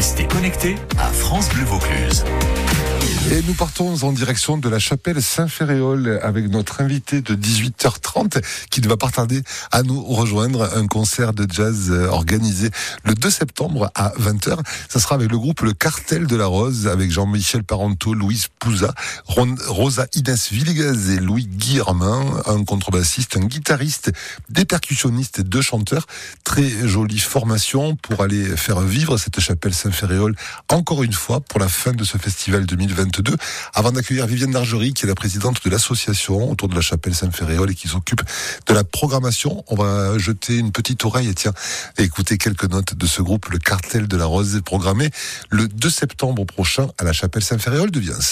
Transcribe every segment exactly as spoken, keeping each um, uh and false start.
Restez connectés à France Bleu Vaucluse. Et nous partons en direction de la chapelle Saint-Ferréol avec notre invité de dix-huit heures trente qui ne va pas tarder à nous rejoindre. Un concert de jazz organisé le deux septembre à vingt heures. Ça sera avec le groupe Le Cartel de la Rose avec Jean-Michel Parenteau, Louise Pouza, Ron- Rosa Inès Villegas et Louis Guillermin, un contrebassiste, un guitariste, des percussionnistes et deux chanteurs. Très jolie formation pour aller faire vivre cette chapelle Saint-Ferréol encore une fois pour la fin de ce festival deux mille vingt-deux. Avant d'accueillir Viviane Dargerie, qui est la présidente de l'association autour de la chapelle Saint-Ferréol et qui s'occupe de la programmation, on va jeter une petite oreille et tiens, écouter quelques notes de ce groupe, Le Cartel de la Rose, programmé le deux septembre prochain à la chapelle Saint-Ferréol de Viens.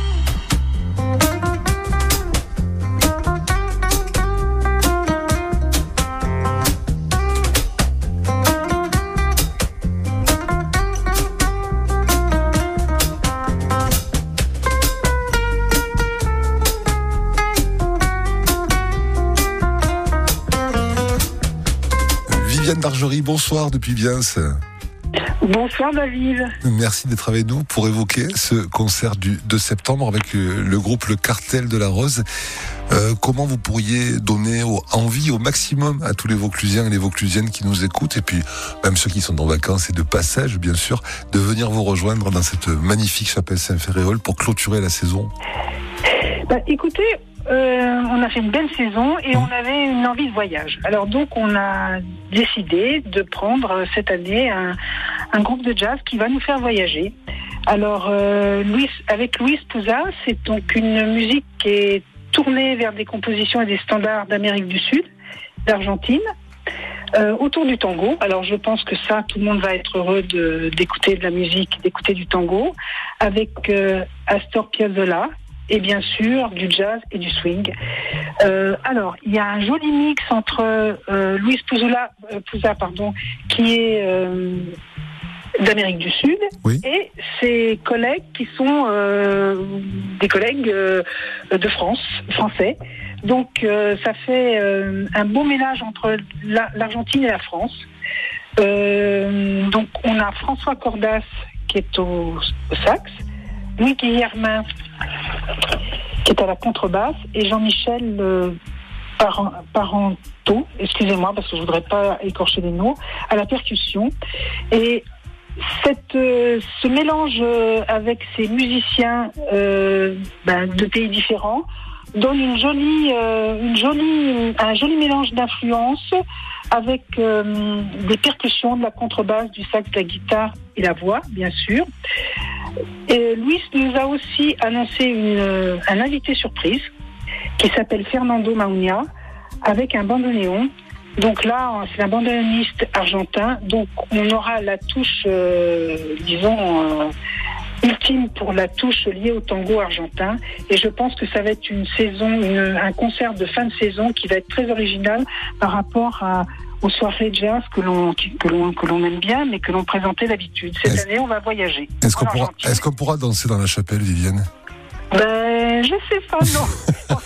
Viviane Dargerie, bonsoir depuis Viens. Bonsoir David. Merci d'être avec nous pour évoquer ce concert du deux septembre avec le groupe Le Cartel de la Rose. Euh, comment vous pourriez donner envie au maximum à tous les Vauclusiens et les Vauclusiennes qui nous écoutent, et puis même ceux qui sont en vacances et de passage bien sûr, de venir vous rejoindre dans cette magnifique chapelle Saint-Ferréol pour clôturer la saison? Bah, écoutez, euh, on a fait une belle saison et on avait une envie de voyage. Alors donc on a décidé de prendre cette année un, un groupe de jazz qui va nous faire voyager. Alors euh, Louis, avec Louise Pouza, c'est donc une musique qui est tournée vers des compositions et des standards d'Amérique du Sud, d'Argentine, euh, autour du tango. Alors je pense que ça, tout le monde va être heureux de, d'écouter de la musique, d'écouter du tango, avec euh, Astor Piazzolla, et bien sûr du jazz et du swing. Euh, alors, il y a un joli mix entre euh, Louise Pouza, euh, Pouza, pardon, qui est euh, d'Amérique du Sud, oui, et ses collègues qui sont euh, des collègues euh, de France, français. Donc, euh, ça fait euh, un beau mélange entre la, l'Argentine et la France. Euh, donc, on a François Cordas qui est au, au sax, Louis Guillermin qui est à la contrebasse et Jean-Michel euh, Parenteau, excusez-moi parce que je voudrais pas écorcher les mots, à la percussion. Et cette, euh, ce mélange euh, avec ces musiciens euh, ben, de pays différents donne une jolie, euh, une jolie, un joli mélange d'influences avec euh, des percussions, de la contrebasse, du sax, de la guitare et la voix, bien sûr. Et Louis nous a aussi annoncé une, un invité surprise qui s'appelle Fernando Maunia avec un bandoneon. Donc là, c'est un bandoniste argentin. Donc on aura la touche, euh, disons, euh, ultime pour la touche liée au tango argentin. Et je pense que ça va être une saison, une, un concert de fin de saison qui va être très original par rapport à aux soirées jazz que l'on, que l'on, que l'on aime bien, mais que l'on présentait d'habitude. Cette est-ce, année, on va voyager. Est-ce qu'on, pourra, est-ce qu'on pourra danser dans la chapelle, Viviane? Ben, je sais pas, non.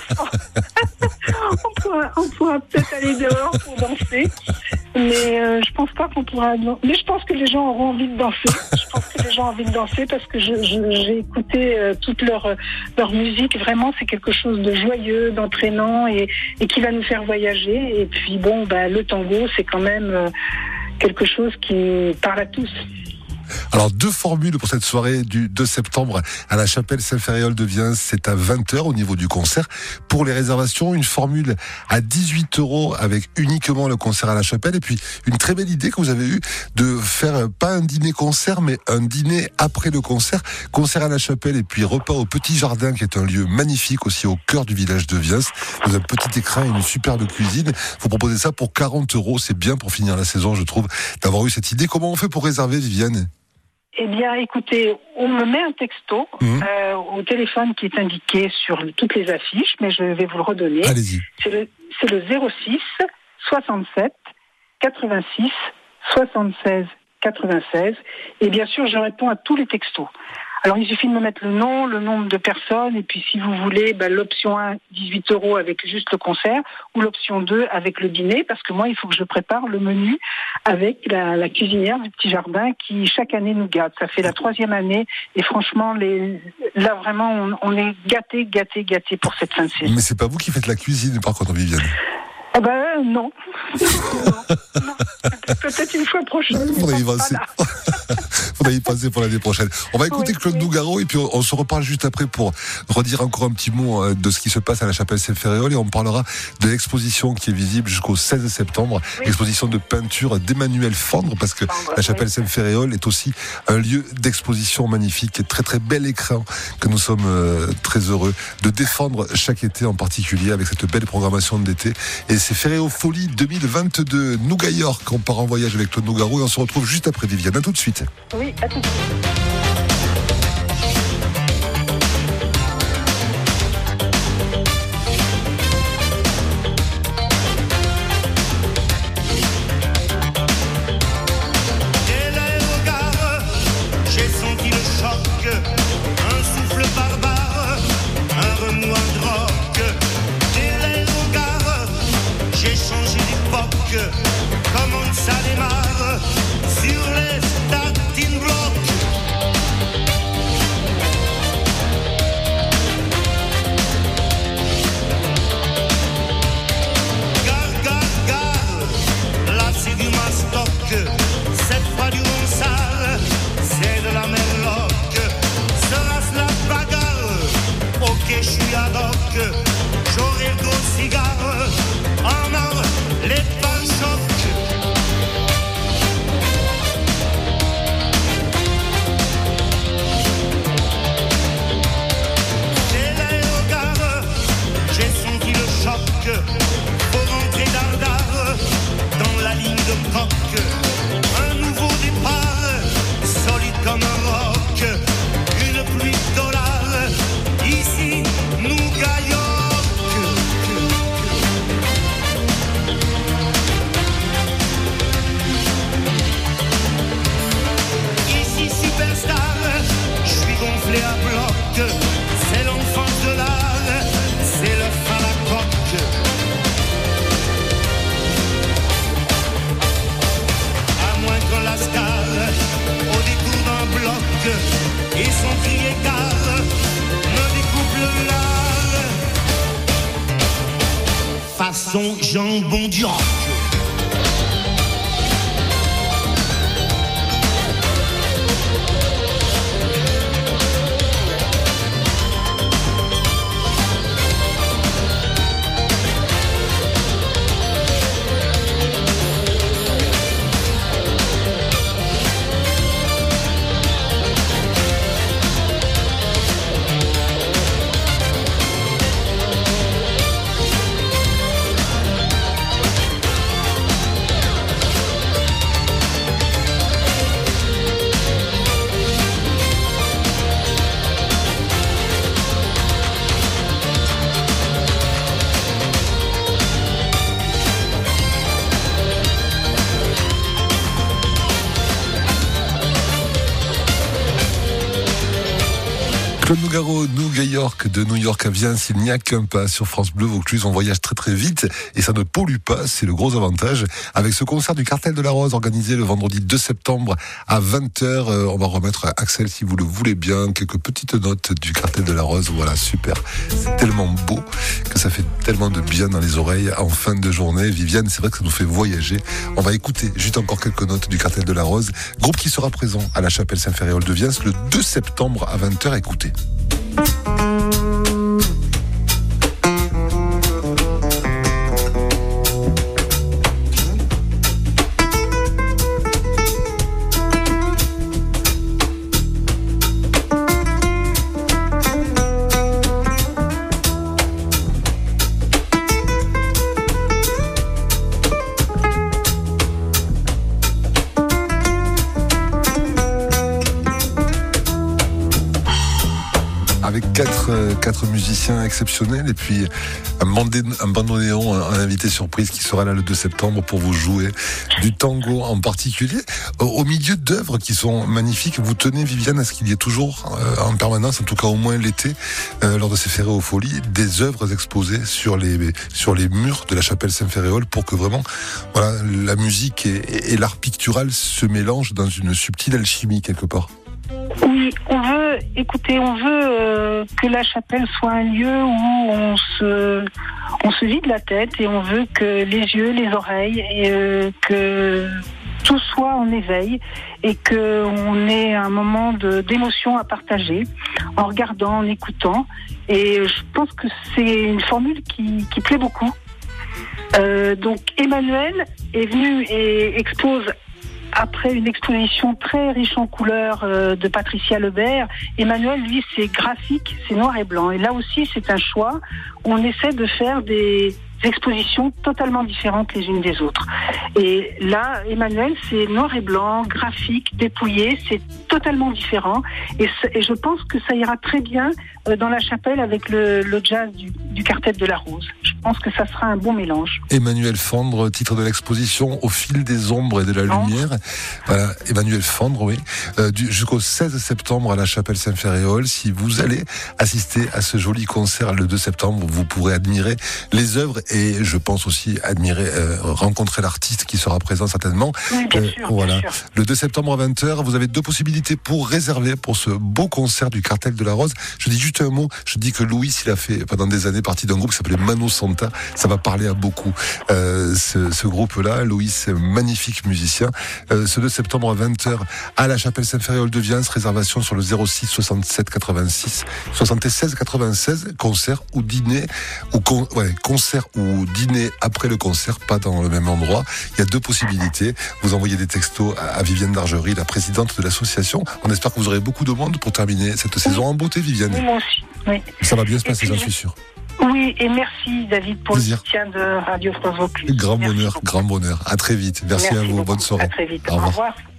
on, pourra, on pourra peut-être aller dehors pour danser, mais euh, je pense pas qu'on pourra. Mais je pense que les gens auront envie de danser. Je pense que les gens ont envie de danser parce que je, je, j'ai écouté euh, toute leur leur musique. Vraiment, c'est quelque chose de joyeux, d'entraînant et, et qui va nous faire voyager. Et puis bon, ben le tango, c'est quand même euh, quelque chose qui parle à tous. Alors, deux formules pour cette soirée du deux septembre à la chapelle Saint-Ferréol de Viens. C'est à vingt heures au niveau du concert. Pour les réservations, une formule à dix-huit euros avec uniquement le concert à la chapelle. Et puis, une très belle idée que vous avez eue de faire pas un dîner-concert, mais un dîner après le concert. Concert à la chapelle et puis repas au Petit Jardin, qui est un lieu magnifique aussi au cœur du village de Viens. Vous avez un petit écran et une superbe cuisine. Vous proposez ça pour quarante euros. C'est bien pour finir la saison, je trouve, d'avoir eu cette idée. Comment on fait pour réserver, Viviane ? Eh bien, écoutez, on me met un texto mmh. euh, au téléphone qui est indiqué sur toutes les affiches, mais je vais vous le redonner. Allez-y. C'est le, c'est le zéro six soixante-sept quatre-vingt-six soixante-seize quatre-vingt-seize. Et bien sûr, je réponds à tous les textos. Alors il suffit de me mettre le nom, le nombre de personnes, et puis si vous voulez, bah, l'option un, dix-huit euros avec juste le concert, ou l'option deux avec le dîner, parce que moi il faut que je prépare le menu avec la, la cuisinière du Petit Jardin qui chaque année nous gâte. Ça fait la troisième année, et franchement, les, là vraiment on, on est gâtés, gâtés, gâtés pour cette fin de saison. Mais c'est pas vous qui faites la cuisine par contre, Viviane? Eh ben euh, non. non, non. Peut-être une fois prochaine. Faudrait y penser. Faudrait y penser pour l'année prochaine. On va écouter Oui, Claude oui. Nougaro et puis on, on se reparle juste après pour redire encore un petit mot euh, de ce qui se passe à la chapelle Saint-Ferréol et on parlera de l'exposition qui est visible jusqu'au seize septembre, Oui. exposition de peinture d'Emmanuel Fandre, parce que Fandre, la chapelle oui. Saint-Ferréol est aussi un lieu d'exposition magnifique, très très bel écran que nous sommes euh, très heureux de défendre chaque été, en particulier avec cette belle programmation d'été. Et c'est Ferréofolie deux mille vingt-deux, Nougat York. On part en voyage avec Claude Nougaro et on se retrouve juste après Viviane. À tout de suite. Oui, à tout de suite. Dès l'aérogare, j'ai senti le choc, un souffle barbare, un remous en drogue. Dès l'aérogare, j'ai changé d'époque, comment ça démarre sur les starting blocks. Gare, gare, gare, là c'est du mastoc, cette fois du Ronsard, c'est de la merloc. Sera-ce la bagarre? Ok, je suis ad hoc, j'aurai le gros cigare, en or, les pare-chocs. Dès l'aérogare, j'ai senti le choc, faut rentrer dardard dans la ligne de coque. Un nouveau départ, solide comme un roc, une pluie de dollars, ici nous gagnons. Ici superstar, je suis gonflé à bloc, c'est l'enfance de l'art, c'est le fin à la coque. À moins que lascar, au détour d'un bloc, et son cri écart, me découpe le lard, façon jambon du roc. Claude Nougaro, Nougat York, de New York à Viens, il n'y a qu'un pas sur France Bleu Vaucluse. On voyage très très vite et ça ne pollue pas, c'est le gros avantage. Avec ce concert du Cartel de la Rose organisé le vendredi deux septembre à vingt heures, euh, on va remettre à Axel, si vous le voulez bien, quelques petites notes du Cartel de la Rose. Voilà, super. C'est tellement beau que ça fait tellement de bien dans les oreilles en fin de journée. Viviane, c'est vrai que ça nous fait voyager. On va écouter juste encore quelques notes du Cartel de la Rose, groupe qui sera présent à la chapelle Saint-Ferréol de Viens le deux septembre à vingt heures. Écoutez. avec quatre, euh, quatre musiciens exceptionnels et puis un, bandé, un bandoneon, un, un invité surprise qui sera là le deux septembre pour vous jouer du tango en particulier. Au, au milieu d'œuvres qui sont magnifiques, vous tenez, Viviane, à ce qu'il y ait toujours euh, en permanence, en tout cas au moins l'été, euh, lors de ces Ferré aux Folies, des œuvres exposées sur les, sur les murs de la chapelle Saint-Ferréol pour que vraiment voilà, la musique et, et, et l'art pictural se mélangent dans une subtile alchimie quelque part. Oui, on veut, écoutez, on veut euh, que la chapelle soit un lieu où on se, on se vide la tête et on veut que les yeux, les oreilles, et euh, que tout soit en éveil et qu'on ait un moment de, d'émotion à partager en regardant, en écoutant. Et je pense que c'est une formule qui, qui plaît beaucoup. Euh, donc Emmanuel est venu et expose après une exposition très riche en couleurs euh, de Patricia Lebert. Emmanuel, lui, c'est graphique, c'est noir et blanc. Et là aussi, c'est un choix où on essaie de faire des expositions totalement différentes les unes des autres. Et là, Emmanuel, c'est noir et blanc, graphique, dépouillé, c'est totalement différent. Et, et je pense que ça ira très bien euh, dans la chapelle avec le, le jazz du, du quartet de la Rose. Je pense que ça sera un bon mélange. Emmanuel Fandre, titre de l'exposition, Au fil des ombres et de la lumière. Voilà, Emmanuel Fandre, oui. Euh, du, jusqu'au seize septembre à la chapelle Saint-Ferréol. Si vous allez assister à ce joli concert le deux septembre, vous pourrez admirer les œuvres et je pense aussi admirer, euh, rencontrer l'artiste qui sera présent certainement. Oui, bien euh, sûr, voilà. bien sûr. Le deux septembre à vingt heures, vous avez deux possibilités pour réserver pour ce beau concert du Cartel de la Rose. Je dis juste un mot, je dis que Louis, il a fait pendant des années partie d'un groupe qui s'appelait Mano Santa. Ça va parler à beaucoup. Euh, ce, ce groupe-là, Louis, magnifique musicien. Euh, ce deux septembre à vingt heures à la chapelle Saint-Ferréol de Viens, réservation sur le zéro six soixante-sept quatre-vingt-six soixante-seize quatre-vingt-seize, concert ou dîner, ou con, ouais, concert ou dîner après le concert, pas dans le même endroit. Il y a deux possibilités. Vous envoyez des textos à Viviane Dargerie, la présidente de l'association. On espère que vous aurez beaucoup de monde pour terminer cette saison en beauté, Viviane. Oui, moi aussi. Oui. Ça va bien se passer, j'en suis sûr. Oui, et merci David pour Plaisir. le soutien de Radio France Vaucluse. Grand Merci bonheur, beaucoup. grand bonheur. À très vite. Merci, Merci à vous. beaucoup. Bonne soirée. À très vite. Au revoir. Au revoir.